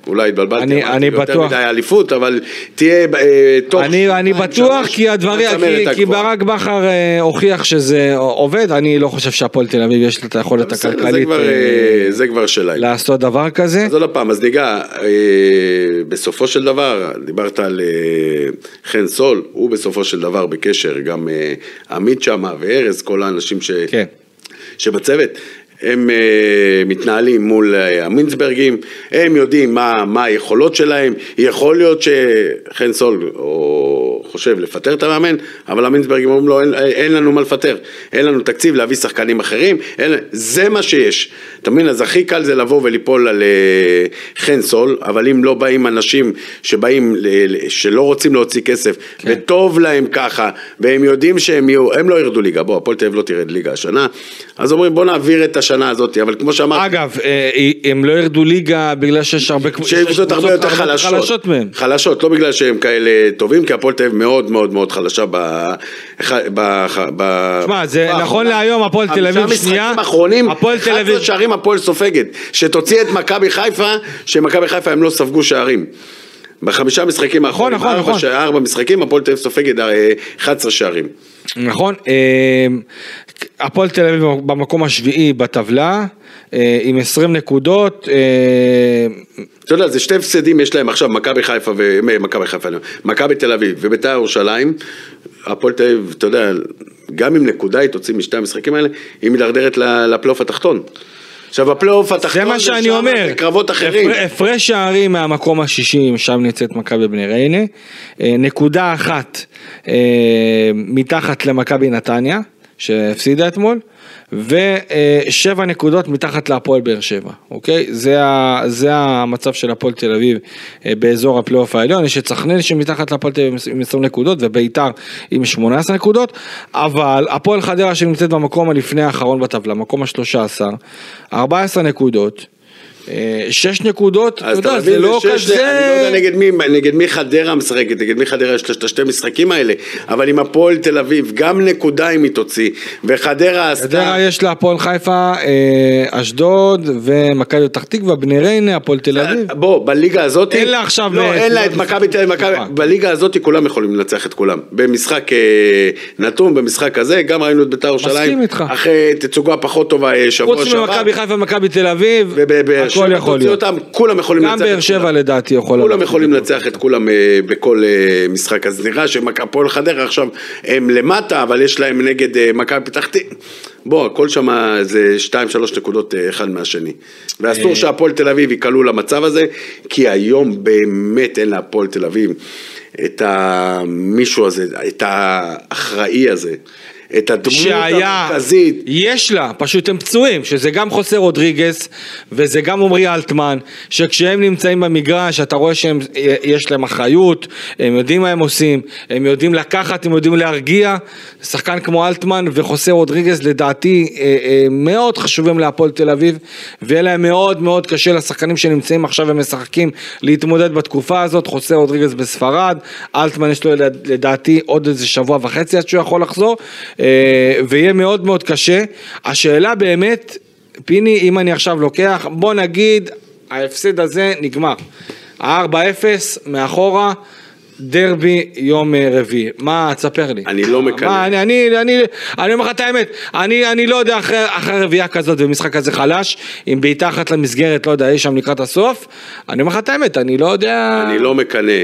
S3: אולי התבלבלתי,
S2: אני בטוח.
S3: יותר מדי אליפות, אבל תהיה תוך...
S2: אני בטוח, כי ברק בכר הוכיח שזה עובד, אני לא חושב שהפועל תל אביב יש את היכולת הכלכלית.
S3: זה כבר שלהם.
S2: לעשות דבר כזה.
S3: אז עוד פעם, אז ניגע, בסופו של דבר, דיברת על חן סול, הוא בסופו של דבר בקשר, גם עמית שמה וארז, כל האנשים שבצוות, הם מתנהלים מול המינסברגים, הם יודעים מה היכולות שלהם, יכול להיות שחן סול חושב לפטר את המאמן, אבל המינסברגים אומרים לו, אין לנו מה לפטר, אין לנו תקציב להביא שחקנים אחרים, זה מה שיש. אתה מבין, אז הכי קל זה לבוא וליפול על חן סול, אבל אם לא באים אנשים שבאים, שלא רוצים להוציא כסף, וטוב להם ככה, והם יודעים שהם לא ירדו ליגה, הפועל תל אביב לא תרד ליגה השנה, אז אומרים בוא נעביר את השנה הזאת, אבל כמו שאמרתי...
S2: אגב, הם לא ירדו ליגה בגלל שיש הרבה
S3: קבוצות הרבה יותר חלשות מהם. חלשות, לא בגלל שהם כאלה טובים, כי הפועל תל אביב מאוד מאוד מאוד חלשה
S2: תשמע, זה נכון להיום, הפועל תל אביב שנייה,
S3: הפועל תל אביב... 11 שערים הפועל סופגת, שתוציא את מכבי חיפה, שמכבי חיפה הם לא ספגו שערים. בחמישה משחקים האחרונים, 4 משחקים, הפועל תל אביב סופגת 11 שערים.
S2: נכון, הפועל תל אביב במקום השביעי בטבלה, עם 20 נקודות.
S3: אתה יודע, זה שתי הפסדים יש להם עכשיו, מכבי תל אביב ובית"ר ירושלים, הפועל תל אביב, אתה יודע, גם עם נקודה היא תוציא משתי המשחקים האלה, היא מדרדרת לפלייאוף התחתון. עכשיו הפלייאוף התחתון
S2: זה מה שאני אומר,
S3: זה קרבות אחרים.
S2: הפרש שערים מהמקום השישי, שם נצאת מכבי בני ריינה, נקודה אחת מתחת למכבי נתניה, שהפסידה אתמול, ו7 נקודות מתחת להפועל באר שבע, אוקיי? זה המצב של הפועל תל אביב באזור הפלייאוף העליון, יש את סכנין שמתחת להפועל תל אביב עם 20 נקודות, וביתר עם 18 נקודות, אבל הפועל חדרה שנמצאת במקום הלפני האחרון בטבלה, מקום ה-13, 14 נקודות, 6 נקודות, אתה יודע, זה לא כזה...
S3: אני לא יודע נגד מי חדרה משחקת, נגד מי חדרה יש את השתי משחקים האלה, אבל עם הפועל תל אביב, גם נקודה אם היא תוציא, וחדרה עשתה...
S2: חדרה יש לה הפועל חיפה, אשדוד, ומכבי פתח תקווה, בני ריינה, הפועל תל אביב.
S3: בוא, בליגה הזאת...
S2: אין לה עכשיו...
S3: לא, אין לה את מכבי תל אביב, בליגה הזאת כולם יכולים לנצח את כולם. במשחק נתון, במשחק הזה, גם ראינו את בית"ר ירושלים, אחרי תצוגה פחות טובה שבוע שעבר.
S2: חוץ ממכבי חיפה ומכבי תל אביב, הכל יכול להיות.
S3: כולם יכולים
S2: לנצח. גם באר שבע לדעתי יכול להיות.
S3: כולם יכולים לנצח את כולם בכל משחק. אז נראה שמכבי חדרה עכשיו הם למטה, אבל יש להם נגד מכבי פתח תקווה. בוא, הכל שם זה 2-3 נקודות אחד מהשני. ואסור שהפועל תל אביב יקלו למצב הזה, כי היום באמת אין להפועל תל אביב את המישהו הזה, את האחראי הזה. את הדמות המרכזית.
S2: יש לה, פשוט הם פצועים, שזה גם חוסר רודריגס, וזה גם עומרי אלטמן, שכשהם נמצאים במגרש, אתה רואה שיש להם אחריות, הם יודעים מה הם עושים, הם יודעים לקחת, הם יודעים להרגיע, שחקן כמו אלטמן וחוסר רודריגס, לדעתי, מאוד חשובים להפועל תל אביב, ויהיה להם מאוד מאוד קשה לשחקנים שנמצאים עכשיו ומשחקים, להתמודד בתקופה הזאת, חוסר רודריגס בספרד, אלטמן יש לו לדעתי עוד איזה שבוע וחצי עד שהוא יכול לחזור, ויהיה מאוד מאוד קשה. השאלה באמת, פיני, אם אני עכשיו לוקח, בוא נגיד, ההפסד הזה נגמר. 4-0 מאחורה, דרבי יום רביעי. מה, תספר לי.
S3: אני לא מקנא.
S2: אני אומר לך את האמת, אני לא יודע אחרי רביעייה כזאת ומשחק כזה חלש, אם בעיטה אחת למסגרת, לא יודע, יש שם לקראת הסוף, אני אומר לך את האמת, אני לא יודע...
S3: אני לא מקנא.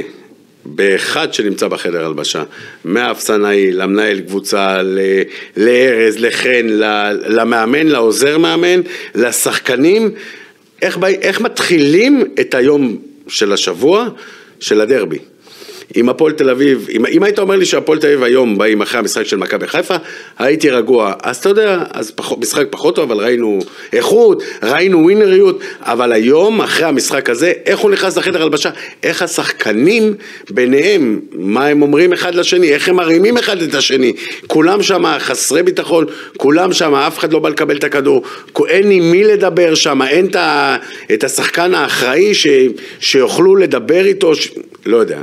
S3: באחד שנמצא בחדר הלבשה, מהאפסנאי, למנהל קבוצה, לארז, לחן, למאמן, לעוזר מאמן, לשחקנים, איך מתחילים את היום של השבוע של הדרבי. עם הפועל תל אביב, אם היית אומר לי שהפועל תל אביב היום באים אחרי המשחק של מכבי חיפה, הייתי רגוע. אז אתה יודע, אז משחק פחות טוב, אבל ראינו איכות, ראינו ווינריות, אבל היום אחרי המשחק הזה, איך הוא נכנס לחדר הלבשה, איך השחקנים ביניהם, מה הם אומרים אחד לשני, איך הם מרימים אחד את השני, כולם שם חסרי ביטחון, כולם שם, אף אחד לא בא לקבל את הכדור, אין עם מי לדבר שם, אין את השחקן האחראי שיוכלו לדבר איתו, לא יודע,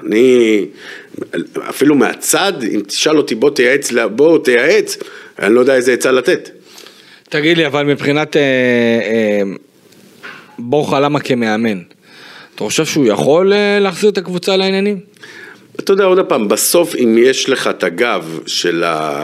S3: אפילו מהצד, אם תשאל אותי בוא תייעץ, אני לא יודע איזה עצה לתת.
S2: תגיד לי, אבל מבחינת בורחה למה כמאמן, אתה חושב שהוא יכול להחזיר את הקבוצה לעניינים?
S3: אתה יודע, עוד הפעם, בסוף אם יש לך את הגב של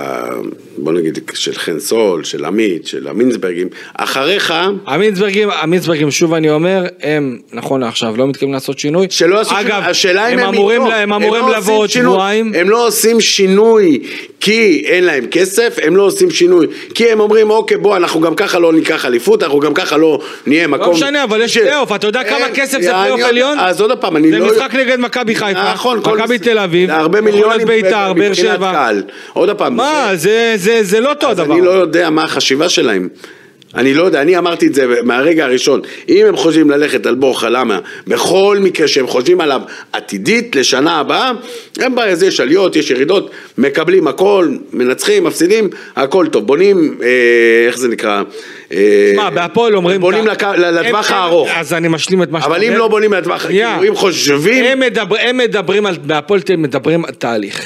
S3: בוא נגיד, של חנסול, של עמית, של המינסברגים, אחריך...
S2: המינסברגים, שוב אני אומר, הם, נכון לעכשיו, לא מתכוונים לעשות שינוי.
S3: שלא עשו שינוי, השאלה אם
S2: הם אמורים לבוא עוד שבועיים.
S3: הם לא עושים שינוי כי אין להם כסף, הם לא עושים שינוי, כי הם אומרים, אוקיי, בוא, אנחנו גם ככה לא ניקח אליפות, אנחנו גם ככה לא נהיה מקום...
S2: לא משנה, אבל יש פלייאוף, אתה יודע כמה כסף זה פלייאוף עליון?
S3: אז עוד הפעם, אני לא...
S2: זה משחק נגד מכבי חיפה, מכבי תל אביב,
S3: הרבה מיליונים
S2: בית"ר, באר שבע.
S3: עוד הפעם.
S2: מה, זה לא אותו הדבר.
S3: אני לא יודע מה החשיבה שלהם. אני לא יודע, אני אמרתי את זה מהרגע הראשון. אם הם חושבים ללכת על בור חלמה, בכל מקרה שהם חושבים עליו עתידית לשנה הבאה, הם בעיה, יש עליות, יש ירידות, מקבלים הכל, מנצחים, מפסידים, הכל טוב. בונים, איך זה נקרא?
S2: מה, בהפועל אומרים...
S3: בונים לטווח הארוך.
S2: אז אני משלים את מה שאתה אומר.
S3: אבל אם לא בונים לטווח, אם חושבים...
S2: הם מדברים, בהפועל מדברים על תהליך.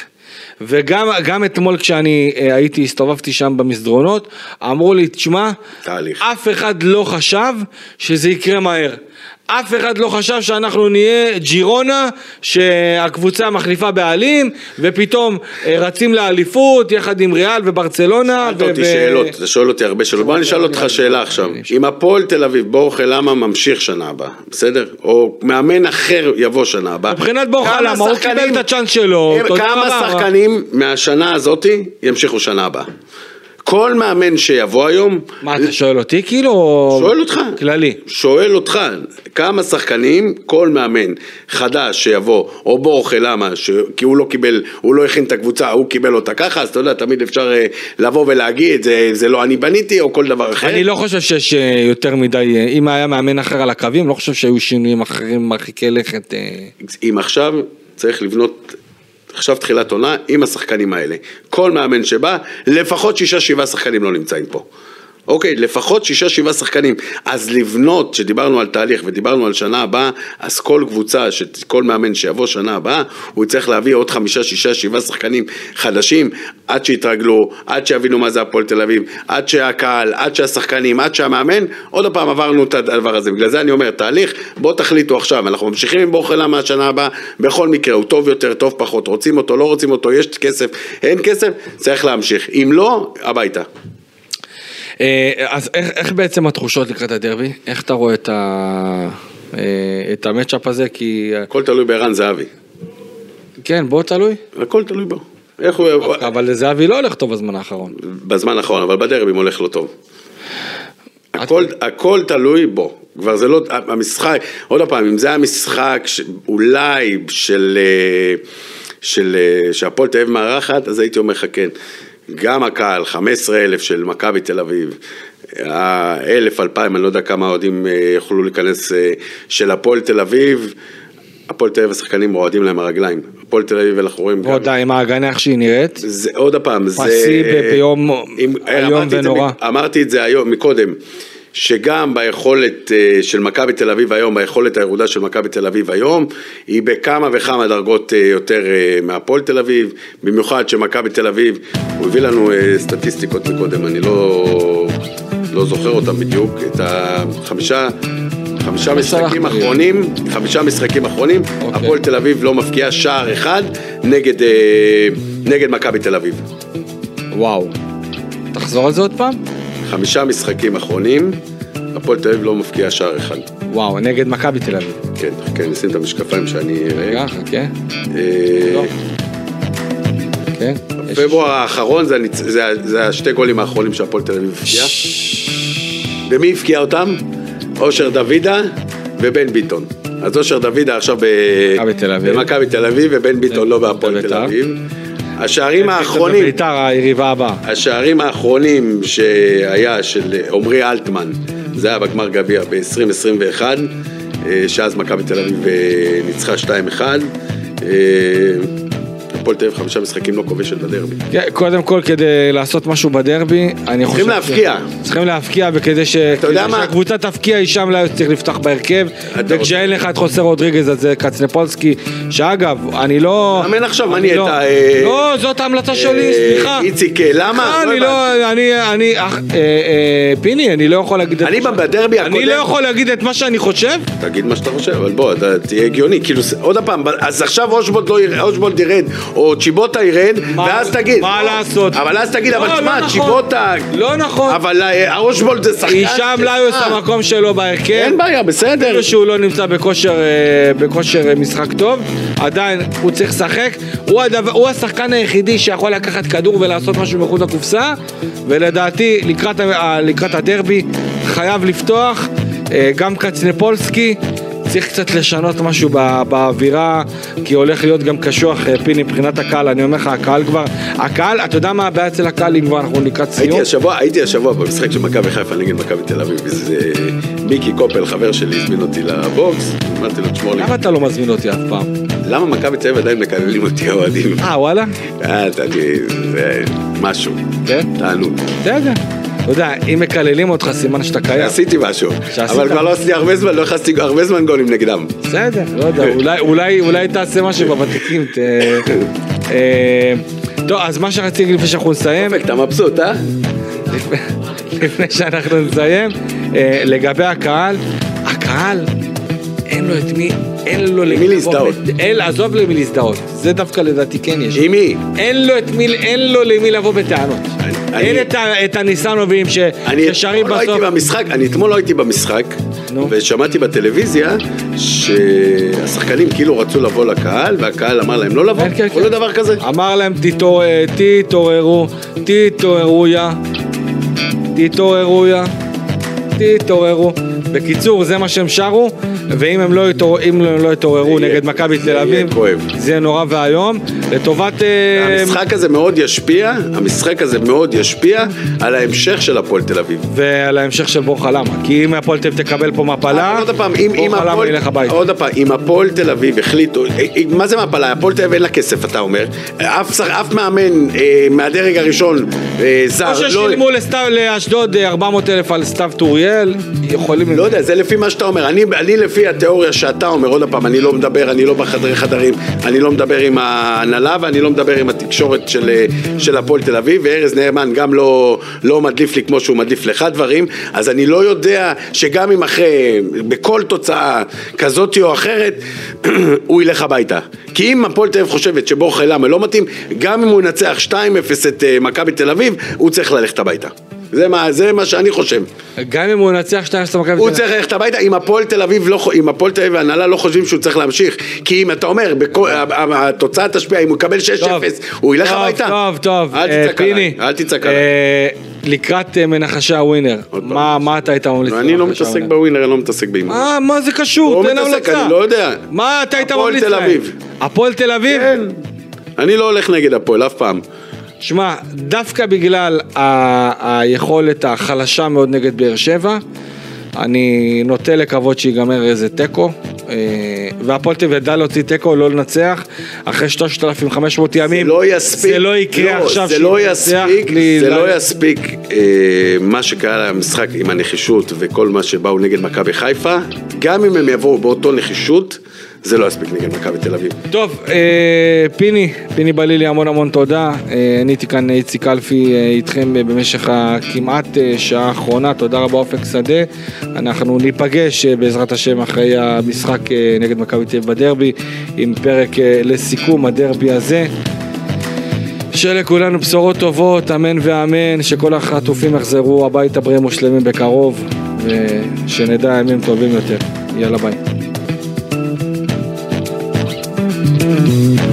S2: וגם אתמול כשאני הסתובבתי שם במסדרונות, אמרו לי, תשמע, אף אחד לא חשב שזה יקרה מהר. אף אחד לא חשב שאנחנו נהיה ג'ירונה, שהקבוצה מחליפה בעלים, ופתאום רצים לאליפות, יחד עם ריאל וברצלונה.
S3: שאלת אותי שאלות, אתה שואל אותי הרבה שאלות. בוא נשאל אותך שאלה עכשיו. אם הפועל תל אביב, בור חלמה ממשיך שנה הבאה, בסדר? או מאמן אחר יבוא שנה הבאה.
S2: מבחינת בור חלמה, הוא קיבל את הצ'אנס שלו.
S3: כמה שחקנים מהשנה הזאת ימשיכו שנה הבאה? כל מאמן שיבוא היום...
S2: מה, אתה שואל אותי כאילו?
S3: שואל אותך.
S2: כללי.
S3: שואל אותך, כמה שחקנים, כל מאמן חדש שיבוא, או בור חלמה, כי הוא לא קיבל, הוא לא הכין את הקבוצה, הוא קיבל אותה ככה, אז אתה יודע, תמיד אפשר לבוא ולהגיד, זה לא אני בניתי, או כל דבר אחר.
S2: אני לא חושב שיש יותר מדי, אם היה מאמן אחר על הקווים, לא חושב שהיו שינויים אחרים מרחיקי לכת.
S3: אם עכשיו צריך לבנות... עכשיו תחילת עונה עם השחקנים האלה. כל מאמן שבא, לפחות 6-7 שחקנים לא נמצאים פה. אוקיי, לפחות 6-7 שחקנים. אז לבנות, שדיברנו על תהליך ודיברנו על שנה הבאה, אז כל קבוצה, כל מאמן שיבוא שנה הבאה, הוא צריך להביא עוד 5-6-7 שחקנים חדשים, עד שיתרגלו, עד שיבינו מה זה הפועל תל אביב, עד שהקהל, עד שהשחקנים, עד שהמאמן, עוד פעם עברנו את הדבר הזה. בגלל זה אני אומר, תהליך, בוא תחליטו עכשיו, אנחנו ממשיכים עם בור חלמה מהשנה הבאה, בכל מקרה, הוא טוב יותר, טוב פחות, רוצים אותו, לא רוצים אותו, יש כסף, אין כסף, צריך להמשיך. אם לא, הביתה.
S2: אז איך בעצם התחושות לקראת הדרבי? איך אתה רואה את המאצ'אפ הזה?
S3: הכל תלוי בערן זהבי.
S2: כן, בו תלוי?
S3: הכל תלוי בו.
S2: אבל זהבי לא הולך טוב בזמן האחרון.
S3: בזמן האחרון, אבל בדרבי הולך לא טוב. הכל תלוי בו. כבר זה לא, המשחק, עוד פעם, אם זה המשחק אולי שהפועל תל אביב מארחת, אז הייתי אומר לך כן. גם הקהל, 15,000 של מכבי תל אביב, 1,000, 2,000, אני לא יודע כמה אוהדים יכולו להיכנס של הפועל תל אביב, הפועל תל אביב השחקנים רועדים להם הרגליים, הפועל תל אביב אנחנו רואים גם...
S2: עוד עם ההגנה איך שהיא נראית?
S3: עוד הפעם, זה...
S2: פסי ביום היום ונורא.
S3: אמרתי את זה היום, מקודם, שגם ביכולת של מכבי תל אביב היום, ביכולת הירודה של מכבי תל אביב היום, היא בכמה וכמה דרגות יותר מהפועל תל אביב, במיוחד שמכבי תל אביב, הוא הביא לנו סטטיסטיקות מקודם, אני לא זוכר אותם בדיוק, את חמישה משחקים אחרונים, הפועל תל אביב לא מפקיע שער אחד נגד מכבי תל אביב.
S2: וואו, תחזור על זה עוד פעם?
S3: 5 משחקים אחרונים, הפועל תל אביב לא מפקיע שער אחד.
S2: וואו, נגד מכבי תל אביב.
S3: כן, נשים את המשקפיים שאני...
S2: רגע, חכה. כן.
S3: בפברואר האחרון זה השתי גולים האחרונים שהפועל תל אביב הפקיע. ומי הפקיע אותם? אושר דוידה ובן ביטון. אז אושר דוידה עכשיו במכבי תל אביב ובן ביטון לא בהפועל תל אביב. השערים האחרונים, השערים האחרונים שהיה של עומרי אלטמן, זה היה בגמר גביע ב-2021, שאז מכבי תל אביב ניצחה 2-1, הפועל תל אביב 5 משחקים לא כובשת בדרבי.
S2: קודם כל, כדי לעשות משהו בדרבי, אני חושב... צריכים להפקיע, וכדי שהקבוצה תפקיע, אישם לא צריך לפתח בהרכב, וכשאין לך את חוסר רודריגז, אז זה קצנפולסקי, שאגב, אני לא...
S3: אמן עכשיו, מה נהיית?
S2: לא, זאת ההמלצה שלי, סליחה.
S3: איציק, למה?
S2: פיני, אני לא יכול להגיד...
S3: אני בדרבי הקודם...
S2: אני לא יכול להגיד את מה שאני חושב.
S3: תגיד מה שאתה חושב, אבל בוא, תהיה הגיוני, כאילו, עוד הפעם, אז עכשיו אושבולד ירד, או צ'יבוטה ירד, ואז תגיד.
S2: מה לעשות?
S3: אבל אז תגיד, אבל תשמע, צ'יבוטה...
S2: לא נכון.
S3: אבל אושבולד זה שחקן...
S2: אישם לאיוס המקום שלו בהרכב.
S3: אין בעיה, בסדר.
S2: אפילו שהוא לא נמצא בכושר משחק טוב, עדיין הוא צריך לשחק. הוא השחקן היחידי שיכול לקחת כדור ולעשות משהו מחוץ לקופסה, ולדעתי לקראת הדרבי חייב לפתוח. גם קצנפולסקי צריך קצת לשנות משהו באווירה, כי הולך להיות גם קשוח פיני מבחינת הקהל. אני אומר לך, הקהל, אתה יודע מה הבעיה אצל הקהל, אם כבר אנחנו לקראת סיום?
S3: הייתי השבוע במשחק של מכבי חיפה נגד מכבי תל אביב, מיקי קופל, חבר שלי, הזמין אותי לבוקס, אמרתי לו, תשמור לי.
S2: למה אתה לא מזמין אותי אף פעם?
S3: למה מכבי תל אביב עדיין מקללים אותי האוהדים?
S2: וואלה?
S3: זה משהו.
S2: כן?
S3: תענוג.
S2: בסדר. אתה יודע, אם מקללים אותך, סימן שאתה קיים.
S3: עשיתי משהו, אבל כבר לא עשיתי הרבה זמן, לא הכנסתי הרבה זמן גולים נגדם.
S2: בסדר, לא יודע, אולי תעשה משהו בוותיקים. טוב, אז מה שרציתי להגיד לפני שאנחנו נסיים...
S3: אופק, אתה מבסוט, אה?
S2: לפני שאנחנו נסיים, לגבי הקהל, אין לו את מי... אין לו למי
S3: להזדהות.
S2: עזוב למי להזדהות. זה דווקא לדעתי כן יש.
S3: עם מי?
S2: אין לו למי לבוא בטענות. אין את הניסנובים ששרים בסוף.
S3: אני אתמול לא הייתי במשחק, ושמעתי בטלוויזיה שהשחקנים כאילו רצו לבוא לקהל, והקהל אמר להם לא לבוא, או לא דבר כזה.
S2: אמר להם תתעוררו. בקיצור, זה מה שהם שרו, ואם הם לא יתעוררו נגד מכבי תל אביב, זה נורא והיום. לטובת...
S3: המשחק הזה מאוד ישפיע על ההמשך של הפועל תל אביב.
S2: ועל ההמשך של בור חלמה. כי אם הפועל תל אביב תקבל פה מפלה, בור חלמה ילך הביתה.
S3: עוד פעם, אם הפועל תל אביב החליטו, מה זה מפלה? הפועל תל אביב אין לה כסף, אתה אומר. אף מאמן מהדרג הראשון זר.
S2: או ששילמו לאשדוד 400,000 על סתיו טוריאל, יכולים...
S3: לא יודע, זה לפי מה שאתה אומר. אני לפי התיאוריה שאתה אומר, עוד פעם, אני לא בחדרי חדרים, אני לא מדבר עם ההנהלה ואני לא מדבר עם התקשורת של הפועל תל אביב, וארז נאמן גם לא מדליף לי כמו שהוא מדליף לך דברים, אז אני לא יודע שגם אם אחרי, בכל תוצאה כזאת או אחרת, הוא ילך הביתה. כי אם הפועל תל אביב חושבת שבור חלמה לא מתאים, גם אם הוא ינצח 2-0 את מכבי תל אביב, הוא צריך ללכת הביתה. זה מה שאני חושב.
S2: גם אם הוא נצח 2-0 מכבי תל אביב.
S3: הוא צריך ללכת הביתה, אם הפועל תל אביב והנהלה לא חושבים שהוא צריך להמשיך. כי אם אתה אומר, התוצאה תשפיע, אם הוא יקבל 6-0, הוא ילך הביתה.
S2: טוב, פיני.
S3: אל תצעק עליי.
S2: לקראת מנחשי הווינר, מה אתה היית ממליץ?
S3: אני לא מתעסק בווינר, אני לא מתעסק באימון.
S2: מה זה קשור?
S3: תן המלצה. אני לא יודע.
S2: מה אתה היית ממליץ להם? הפועל תל אביב?
S3: כן. אני לא הולך נגד הפועל אף פעם.
S2: שמע, דווקא בגלל היכולת החלשה מאוד נגד באר שבע, אני נוטה לקוות שיגמר איזה טקו, והפועל תל אביב ידע להוציא טקו, לא לנצח, אחרי 3,500 ימים, זה לא יקרה עכשיו,
S3: זה לא יספיק מה שקרה למשחק עם הנחישות וכל מה שבאו נגד מכבי חיפה, גם אם הם יבואו באותו נחישות, זה לא יספיק נגד מכבי תל אביב.
S2: טוב, פיני בלילי, המון תודה. אני הייתי כאן איציק אלפי איתכם במשך כמעט שעה האחרונה. תודה רבה אופק שדה. אנחנו ניפגש בעזרת השם אחרי המשחק נגד מכבי תל אביב בדרבי, עם פרק לסיכום הדרבי הזה. שלכולנו בשורות טובות, אמן ואמן, שכל החטופים יחזרו הביתה בריאים ושלמים בקרוב, ושנדע ימים טובים יותר. יאללה ביי.